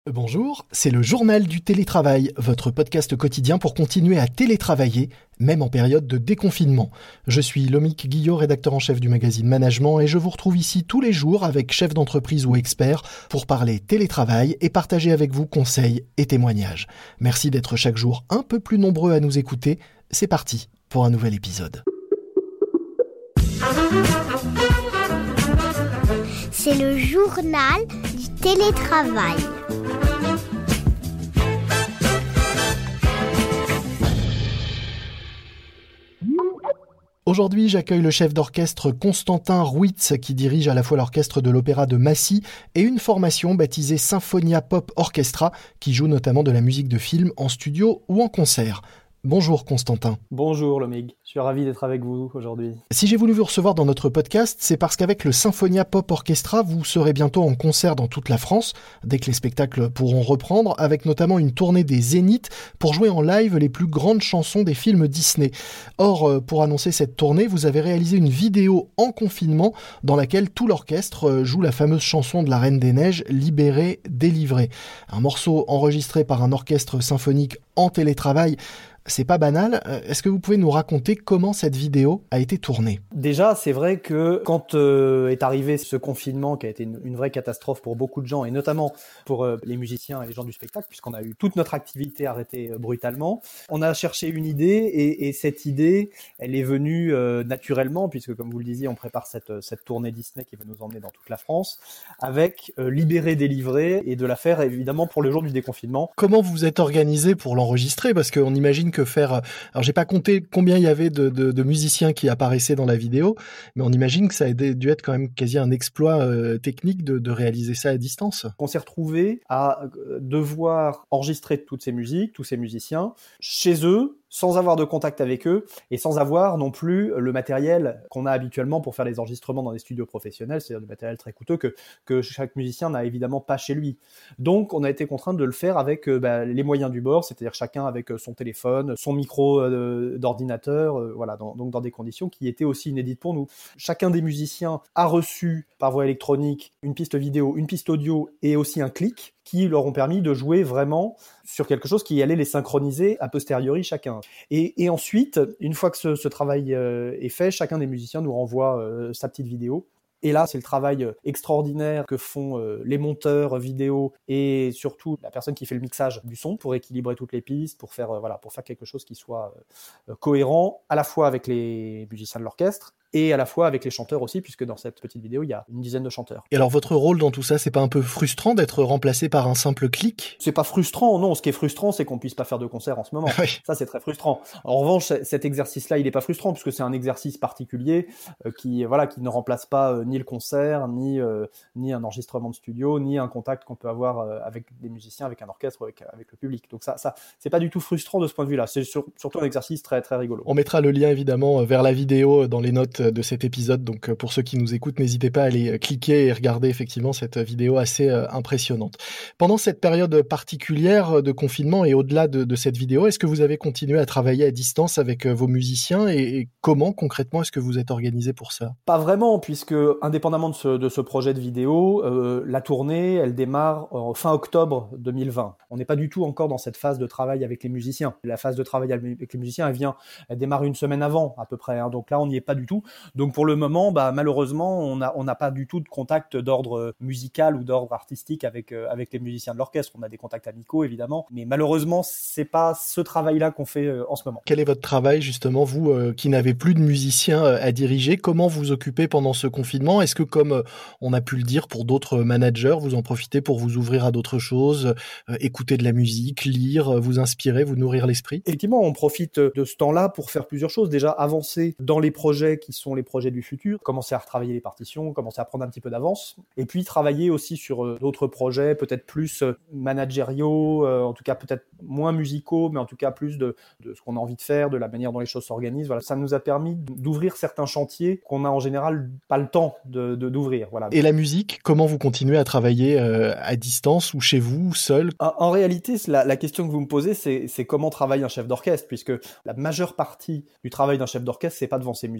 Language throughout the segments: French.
Bonjour, c'est le journal du télétravail, votre podcast quotidien pour continuer à télétravailler, même en période de déconfinement. Je suis Lomique Guillot, rédacteur en chef du magazine Management, et je vous retrouve ici tous les jours avec chefs d'entreprise ou experts pour parler télétravail et partager avec vous conseils et témoignages. Merci d'être chaque jour un peu plus nombreux à nous écouter. C'est parti pour un nouvel épisode. C'est le journal du télétravail. Aujourd'hui, j'accueille le chef d'orchestre Constantin Ruitz qui dirige à la fois l'orchestre de l'Opéra de Massy et une formation baptisée Symphonia Pop Orchestra qui joue notamment de la musique de film en studio ou en concert. Bonjour Constantin. Bonjour Lomig, je suis ravi d'être avec vous aujourd'hui. Si j'ai voulu vous recevoir dans notre podcast, c'est parce qu'avec le Symphonia Pop Orchestra, vous serez bientôt en concert dans toute la France, dès que les spectacles pourront reprendre, avec notamment une tournée des Zéniths pour jouer en live les plus grandes chansons des films Disney. Or, pour annoncer cette tournée, vous avez réalisé une vidéo en confinement dans laquelle tout l'orchestre joue la fameuse chanson de la Reine des Neiges, Libérée, délivrée. Un morceau enregistré par un orchestre symphonique en télétravail. C'est pas banal. Est-ce que vous pouvez nous raconter comment cette vidéo a été tournée ? Déjà, c'est vrai que quand est arrivé ce confinement qui a été une vraie catastrophe pour beaucoup de gens, et notamment pour les musiciens et les gens du spectacle, puisqu'on a eu toute notre activité arrêtée brutalement, on a cherché une idée et cette idée, elle est venue naturellement, puisque comme vous le disiez, on prépare cette tournée Disney qui va nous emmener dans toute la France, avec Libéré, délivré, et de la faire évidemment pour le jour du déconfinement. Comment vous êtes organisé pour l'enregistrer ? Parce qu'on imagine que faire... Alors j'ai pas compté combien il y avait de musiciens qui apparaissaient dans la vidéo, mais on imagine que ça a dû être quand même quasi un exploit technique de réaliser ça à distance. On s'est retrouvé à devoir enregistrer toutes ces musiques, tous ces musiciens, chez eux, sans avoir de contact avec eux et sans avoir non plus le matériel qu'on a habituellement pour faire les enregistrements dans des studios professionnels, c'est-à-dire du matériel très coûteux que chaque musicien n'a évidemment pas chez lui. Donc on a été contraint de le faire avec les moyens du bord, c'est-à-dire chacun avec son téléphone, son micro d'ordinateur, voilà, donc dans des conditions qui étaient aussi inédites pour nous. Chacun des musiciens a reçu par voie électronique une piste vidéo, une piste audio et aussi un clic qui leur ont permis de jouer vraiment sur quelque chose qui allait les synchroniser a posteriori chacun. Et ensuite, une fois que ce travail est fait, chacun des musiciens nous renvoie sa petite vidéo. Et là, c'est le travail extraordinaire que font les monteurs vidéo et surtout la personne qui fait le mixage du son pour équilibrer toutes les pistes, pour faire quelque chose qui soit cohérent à la fois avec les musiciens de l'orchestre et à la fois avec les chanteurs aussi, puisque dans cette petite vidéo, il y a une dizaine de chanteurs. Et alors votre rôle dans tout ça, c'est pas un peu frustrant d'être remplacé par un simple clic ? C'est pas frustrant, non. Ce qui est frustrant, c'est qu'on puisse pas faire de concert en ce moment. Oui. Ça, c'est très frustrant. En revanche, cet exercice-là, il est pas frustrant, puisque c'est un exercice particulier qui ne remplace pas ni le concert, ni un enregistrement de studio, ni un contact qu'on peut avoir avec des musiciens, avec un orchestre, avec le public. Donc ça, c'est pas du tout frustrant de ce point de vue-là. C'est surtout un exercice très, très rigolo. On mettra le lien évidemment vers la vidéo dans les notes de cet épisode, donc pour ceux qui nous écoutent, n'hésitez pas à aller cliquer et regarder effectivement cette vidéo assez impressionnante. Pendant cette période particulière de confinement et au-delà de cette vidéo, est-ce que vous avez continué à travailler à distance avec vos musiciens et comment concrètement est-ce que vous êtes organisé pour ça ? Pas vraiment, puisque indépendamment de ce projet de vidéo, la tournée, elle démarre fin octobre 2020. On n'est pas du tout encore dans cette phase de travail avec les musiciens. La phase de travail avec les musiciens, elle démarre une semaine avant à peu près, hein. Donc là, on n'y est pas du tout. Donc pour le moment, malheureusement, on n'a pas du tout de contact d'ordre musical ou d'ordre artistique avec les musiciens de l'orchestre. On a des contacts amicaux évidemment, mais malheureusement, c'est pas ce travail-là qu'on fait en ce moment. Quel est votre travail justement, vous qui n'avez plus de musiciens à diriger ? Comment vous occupez pendant ce confinement ? Est-ce que comme on a pu le dire pour d'autres managers, vous en profitez pour vous ouvrir à d'autres choses, écouter de la musique, lire, vous inspirer, vous nourrir l'esprit ? Effectivement, on profite de ce temps-là pour faire plusieurs choses. Déjà, avancer dans les projets qui sont les projets du futur, commencer à retravailler les partitions, commencer à prendre un petit peu d'avance, et puis travailler aussi sur d'autres projets, peut-être plus managériaux, en tout cas peut-être moins musicaux, mais en tout cas plus de ce qu'on a envie de faire, de la manière dont les choses s'organisent. Voilà, ça nous a permis d'ouvrir certains chantiers qu'on a en général pas le temps d'ouvrir. Voilà. Et la musique, comment vous continuez à travailler à distance ou chez vous, seul ? En réalité, la question que vous me posez, c'est comment travaille un chef d'orchestre, puisque la majeure partie du travail d'un chef d'orchestre, c'est pas devant ses musiciens.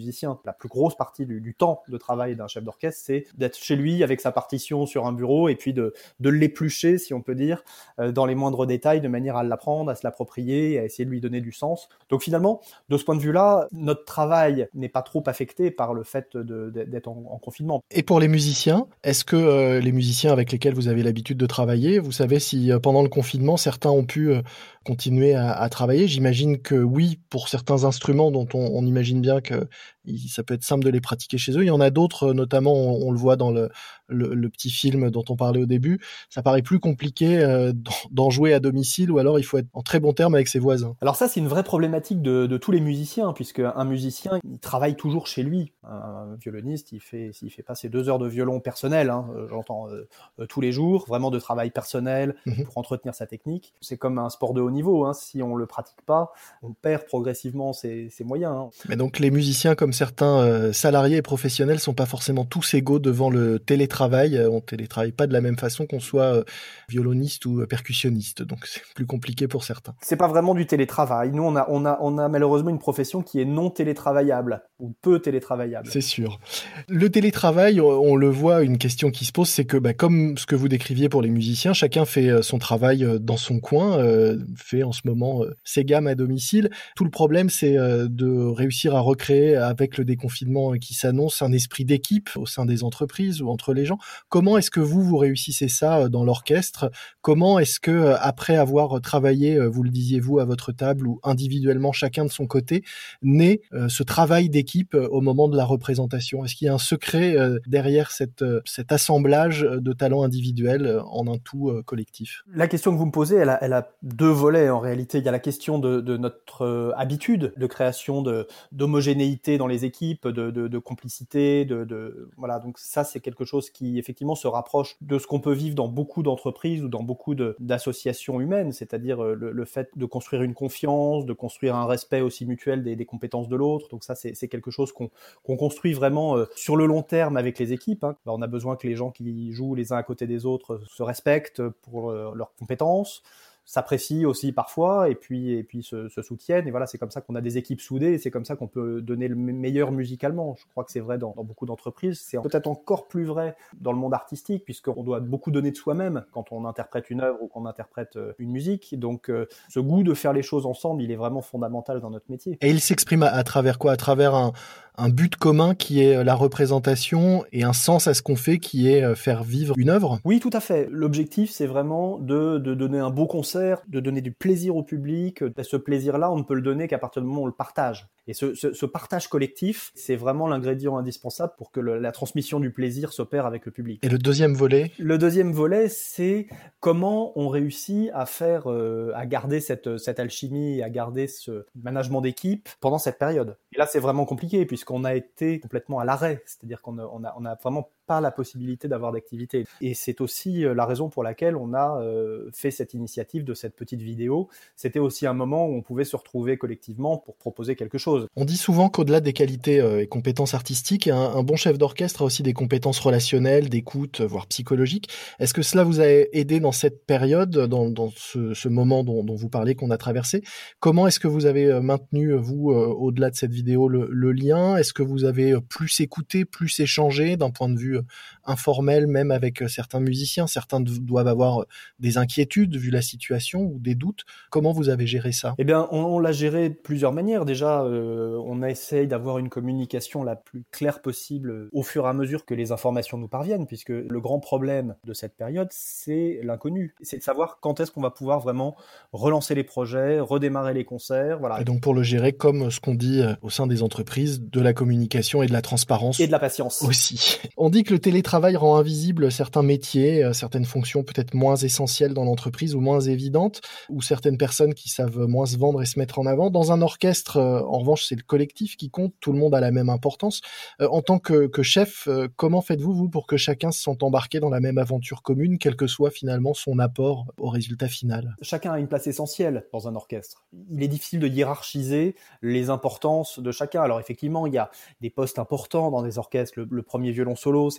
la plus grosse partie du temps de travail d'un chef d'orchestre, c'est d'être chez lui avec sa partition sur un bureau et puis de l'éplucher, si on peut dire, dans les moindres détails, de manière à l'apprendre, à se l'approprier, à essayer de lui donner du sens. Donc finalement, de ce point de vue-là, notre travail n'est pas trop affecté par le fait d'être en confinement. Et pour les musiciens, est-ce que les musiciens avec lesquels vous avez l'habitude de travailler, vous savez si pendant le confinement, certains ont pu continuer à travailler? J'imagine que oui, pour certains instruments dont on imagine bien que ça peut être simple de les pratiquer chez eux. Il y en a d'autres, notamment on le voit dans le petit film dont on parlait au début, ça paraît plus compliqué d'en jouer à domicile, ou alors il faut être en très bon terme avec ses voisins. Alors ça, c'est une vraie problématique de tous les musiciens, puisque un musicien, il travaille toujours chez lui. Un violoniste, s'il fait pas ses 2 heures de violon personnel, j'entends tous les jours, vraiment de travail personnel pour entretenir sa technique. C'est comme un sport de haut niveau, si on le pratique pas, on perd progressivement ses moyens. Mais donc les musiciens, comme certains salariés et professionnels, sont pas forcément tous égaux devant le télétravail. On télétravaille pas de la même façon qu'on soit violoniste ou percussionniste, donc c'est plus compliqué pour certains. C'est pas vraiment du télétravail. Nous, on a malheureusement une profession qui est non télétravaillable ou peu télétravaillable. C'est sûr. Le télétravail, on le voit, une question qui se pose, c'est que comme ce que vous décriviez pour les musiciens, chacun fait son travail dans son coin, fait en ce moment ses gammes à domicile. Tout le problème, c'est de réussir à recréer, avec le déconfinement qui s'annonce, un esprit d'équipe au sein des entreprises ou entre les gens. Comment est-ce que vous réussissez ça dans l'orchestre? Comment est-ce que, après avoir travaillé, vous le disiez vous, à votre table ou individuellement chacun de son côté, naît ce travail d'équipe au moment de la représentation? Est-ce qu'il y a un secret derrière cet assemblage de talents individuels en un tout collectif? La question que vous me posez, elle a 2 volets en réalité. Il y a la question de notre habitude de création d'homogénéité dans les équipes, de complicité, voilà. Donc ça, c'est quelque chose qui effectivement se rapproche de ce qu'on peut vivre dans beaucoup d'entreprises ou dans beaucoup d'associations humaines, c'est-à-dire le fait de construire une confiance, de construire un respect aussi mutuel des compétences de l'autre. Donc ça, c'est quelque chose qu'on construit vraiment sur le long terme avec les équipes. On a besoin que les gens qui jouent les uns à côté des autres se respectent pour leurs compétences, s'apprécient aussi parfois et puis se soutiennent, et voilà, c'est comme ça qu'on a des équipes soudées et c'est comme ça qu'on peut donner le meilleur musicalement. Je crois que c'est vrai dans beaucoup d'entreprises, c'est peut-être encore plus vrai dans le monde artistique puisqu'on doit beaucoup donner de soi-même quand on interprète une œuvre ou qu'on interprète une musique, donc ce goût de faire les choses ensemble, il est vraiment fondamental dans notre métier. Et il s'exprime à travers quoi? À travers un but commun qui est la représentation et un sens à ce qu'on fait qui est faire vivre une œuvre? Oui, tout à fait. L'objectif, c'est vraiment de donner un beau concert, de donner du plaisir au public. Ce plaisir-là, on ne peut le donner qu'à partir du moment où on le partage. Et ce partage collectif, c'est vraiment l'ingrédient indispensable pour que la transmission du plaisir s'opère avec le public. Et le deuxième volet? Le deuxième volet, c'est comment on réussit à faire, à garder cette alchimie, à garder ce management d'équipe pendant cette période. Et là, c'est vraiment compliqué puisqu'on a été complètement à l'arrêt, c'est-à-dire qu'on a vraiment pas la possibilité d'avoir d'activité. Et c'est aussi la raison pour laquelle on a fait cette initiative de cette petite vidéo. C'était aussi un moment où on pouvait se retrouver collectivement pour proposer quelque chose. On dit souvent qu'au-delà des qualités et compétences artistiques, un bon chef d'orchestre a aussi des compétences relationnelles, d'écoute, voire psychologiques. Est-ce que cela vous a aidé dans cette période, dans ce moment dont vous parlez, qu'on a traversé? Comment est-ce que vous avez maintenu, vous, au-delà de cette vidéo, le lien? Est-ce que vous avez plus écouté, plus échangé d'un point de vue informel, même avec certains musiciens? Certains doivent avoir des inquiétudes vu la situation ou des doutes. Comment vous avez géré ça? Eh bien, on l'a géré de plusieurs manières. Déjà, on essaye d'avoir une communication la plus claire possible au fur et à mesure que les informations nous parviennent, puisque le grand problème de cette période, c'est l'inconnu. C'est de savoir quand est-ce qu'on va pouvoir vraiment relancer les projets, redémarrer les concerts, voilà. Et donc pour le gérer, comme ce qu'on dit au sein des entreprises, de la communication et de la transparence. Et de la patience. Aussi. On dit que le télétravail rend invisible certains métiers, certaines fonctions peut-être moins essentielles dans l'entreprise ou moins évidentes, ou certaines personnes qui savent moins se vendre et se mettre en avant. Dans un orchestre, en revanche, c'est le collectif qui compte, tout le monde a la même importance. En tant que chef, comment faites-vous, vous, pour que chacun se sente embarqué dans la même aventure commune, quel que soit finalement son apport au résultat final? Chacun a une place essentielle dans un orchestre. Il est difficile de hiérarchiser les importances de chacun. Alors effectivement, il y a des postes importants dans des orchestres. Le premier violon solo, c'est quelqu'un qui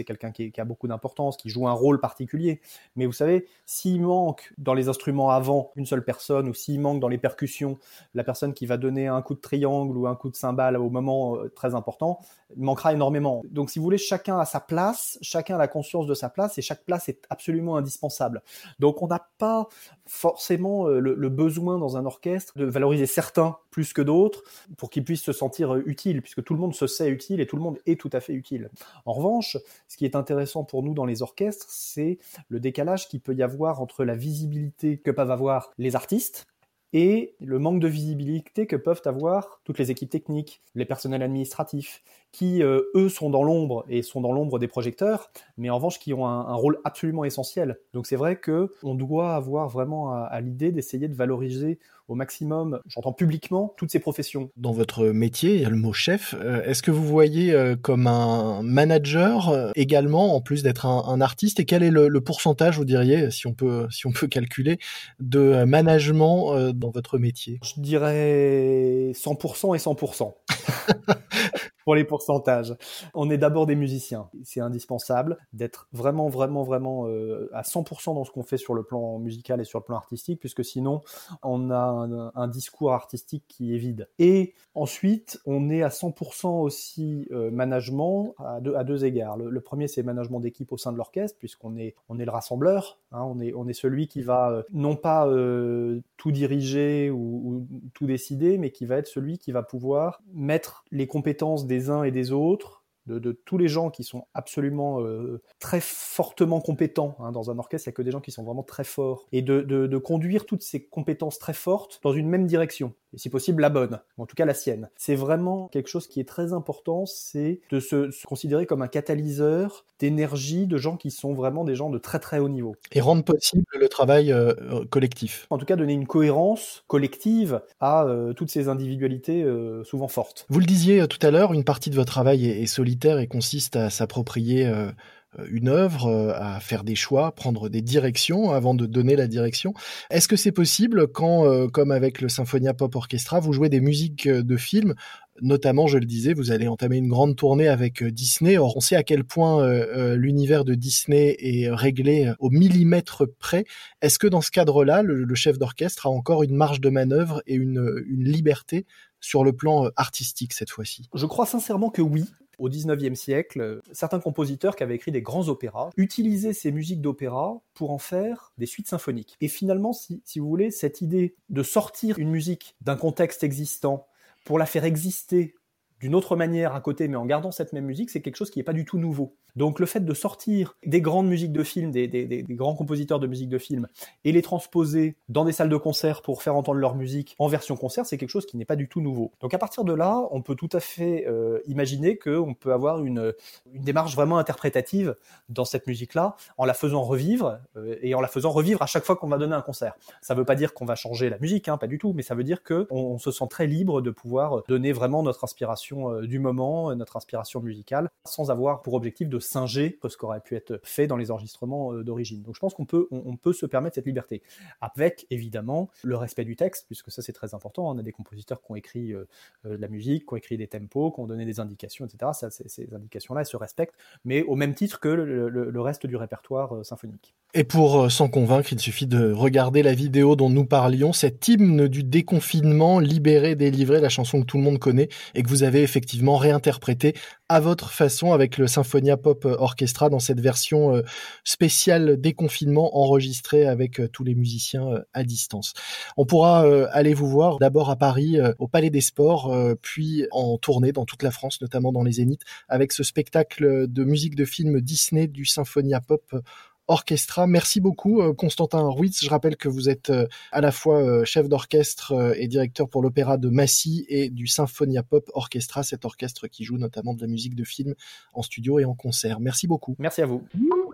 qui a beaucoup d'importance, qui joue un rôle particulier. Mais vous savez, s'il manque dans les instruments avant une seule personne, ou s'il manque dans les percussions la personne qui va donner un coup de triangle ou un coup de cymbale au moment très important, il manquera énormément. Donc si vous voulez, chacun a sa place, chacun a la conscience de sa place, et chaque place est absolument indispensable. Donc on n'a pas forcément le besoin dans un orchestre de valoriser certains plus que d'autres pour qu'ils puissent se sentir utiles, puisque tout le monde se sait utile et tout le monde est tout à fait utile. En revanche, ce qui est intéressant pour nous dans les orchestres, c'est le décalage qu'il peut y avoir entre la visibilité que peuvent avoir les artistes et le manque de visibilité que peuvent avoir toutes les équipes techniques, les personnels administratifs, qui, eux, sont dans l'ombre et sont dans l'ombre des projecteurs, mais en revanche, qui ont un rôle absolument essentiel. Donc c'est vrai qu'on doit avoir vraiment à l'idée d'essayer de valoriser au maximum, j'entends publiquement, toutes ces professions. Dans votre métier, il y a le mot chef. Est-ce que vous voyez comme un manager également, en plus d'être un artiste, et quel est le pourcentage, vous diriez, si on peut calculer, de management dans votre métier? Je dirais 100% et 100%. Pour les pourcentages. On est d'abord des musiciens. C'est indispensable d'être vraiment à 100% dans ce qu'on fait sur le plan musical et sur le plan artistique, puisque sinon, on a un discours artistique qui est vide. Et ensuite, on est à 100% aussi management à deux égards. Le premier, c'est management d'équipe au sein de l'orchestre, puisqu'on est le rassembleur. Hein, on est celui qui va non pas tout diriger ou tout décider, mais qui va être celui qui va pouvoir mettre les compétences des uns et des autres, de tous les gens qui sont absolument très fortement compétents. Hein, dans un orchestre, il n'y a que des gens qui sont vraiment très forts. Et de conduire toutes ces compétences très fortes dans une même direction. Et si possible, la bonne, en tout cas la sienne. C'est vraiment quelque chose qui est très important, c'est de se considérer comme un catalyseur d'énergie de gens qui sont vraiment des gens de très très haut niveau. Et rendre possible le travail collectif. En tout cas, donner une cohérence collective à toutes ces individualités souvent fortes. Vous le disiez tout à l'heure, une partie de votre travail est solitaire et consiste à s'approprier une œuvre, à faire des choix, prendre des directions avant de donner la direction. Est-ce que c'est possible quand, comme avec le Sinfonia Pop Orchestra, vous jouez des musiques de films? Notamment, je le disais, vous allez entamer une grande tournée avec Disney. Or, on sait à quel point l'univers de Disney est réglé au millimètre près. Est-ce que dans ce cadre-là, le chef d'orchestre a encore une marge de manœuvre et une liberté sur le plan artistique cette fois-ci? Je crois sincèrement que oui. Au XIXe siècle, certains compositeurs qui avaient écrit des grands opéras utilisaient ces musiques d'opéra pour en faire des suites symphoniques. Et finalement, si vous voulez, cette idée de sortir une musique d'un contexte existant pour la faire exister d'une autre manière à côté, mais en gardant cette même musique, c'est quelque chose qui n'est pas du tout nouveau. Donc le fait de sortir des grandes musiques de films, des grands compositeurs de musique de film, et les transposer dans des salles de concert pour faire entendre leur musique en version concert, c'est quelque chose qui n'est pas du tout nouveau. Donc à partir de là, on peut tout à fait imaginer qu'on peut avoir une démarche vraiment interprétative dans cette musique-là, en la faisant revivre, et en la faisant revivre à chaque fois qu'on va donner un concert. Ça ne veut pas dire qu'on va changer la musique, hein, pas du tout, mais ça veut dire qu'on se sent très libre de pouvoir donner vraiment notre inspiration du moment, notre inspiration musicale, sans avoir pour objectif de singer ce qu'aurait pu être fait dans les enregistrements d'origine. Donc je pense qu'on peut se permettre cette liberté, avec évidemment le respect du texte, puisque ça c'est très important. On a des compositeurs qui ont écrit de la musique, qui ont écrit des tempos, qui ont donné des indications, etc. Ces indications-là, elles se respectent, mais au même titre que le reste du répertoire symphonique. Et pour s'en convaincre, il suffit de regarder la vidéo dont nous parlions, cet hymne du déconfinement, Libéré, délivré, la chanson que tout le monde connaît et que vous avez effectivement réinterprétée à votre façon avec le Sinfonia Pop Orchestra dans cette version spéciale déconfinement enregistrée avec tous les musiciens à distance. On pourra aller vous voir d'abord à Paris, au Palais des Sports, puis en tournée dans toute la France, notamment dans les Zéniths, avec ce spectacle de musique de film Disney du Sinfonia Pop Orchestra. Merci beaucoup Constantin Ruiz. Je rappelle que vous êtes à la fois chef d'orchestre et directeur pour l'opéra de Massy et du Sinfonia Pop Orchestra, cet orchestre qui joue notamment de la musique de film en studio et en concert. Merci beaucoup. Merci à vous.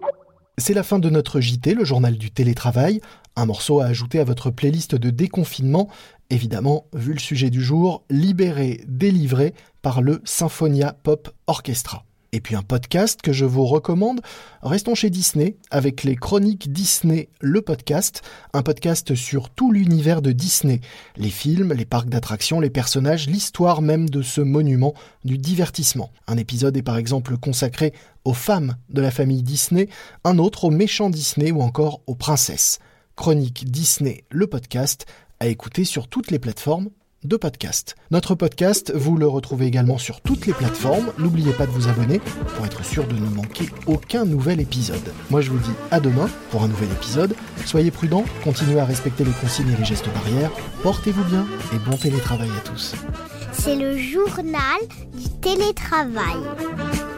C'est la fin de notre JT, le journal du télétravail. Un morceau à ajouter à votre playlist de déconfinement. Évidemment, vu le sujet du jour, libéré, délivré par le Sinfonia Pop Orchestra. Et puis un podcast que je vous recommande, restons chez Disney avec les Chroniques Disney, le podcast, un podcast sur tout l'univers de Disney, les films, les parcs d'attractions, les personnages, l'histoire même de ce monument du divertissement. Un épisode est par exemple consacré aux femmes de la famille Disney, un autre aux méchants Disney ou encore aux princesses. Chroniques Disney, le podcast, à écouter sur toutes les plateformes de podcast. Notre podcast, vous le retrouvez également sur toutes les plateformes. N'oubliez pas de vous abonner pour être sûr de ne manquer aucun nouvel épisode. Moi, je vous dis à demain pour un nouvel épisode. Soyez prudents, continuez à respecter les consignes et les gestes barrières. Portez-vous bien et bon télétravail à tous. C'est le journal du télétravail.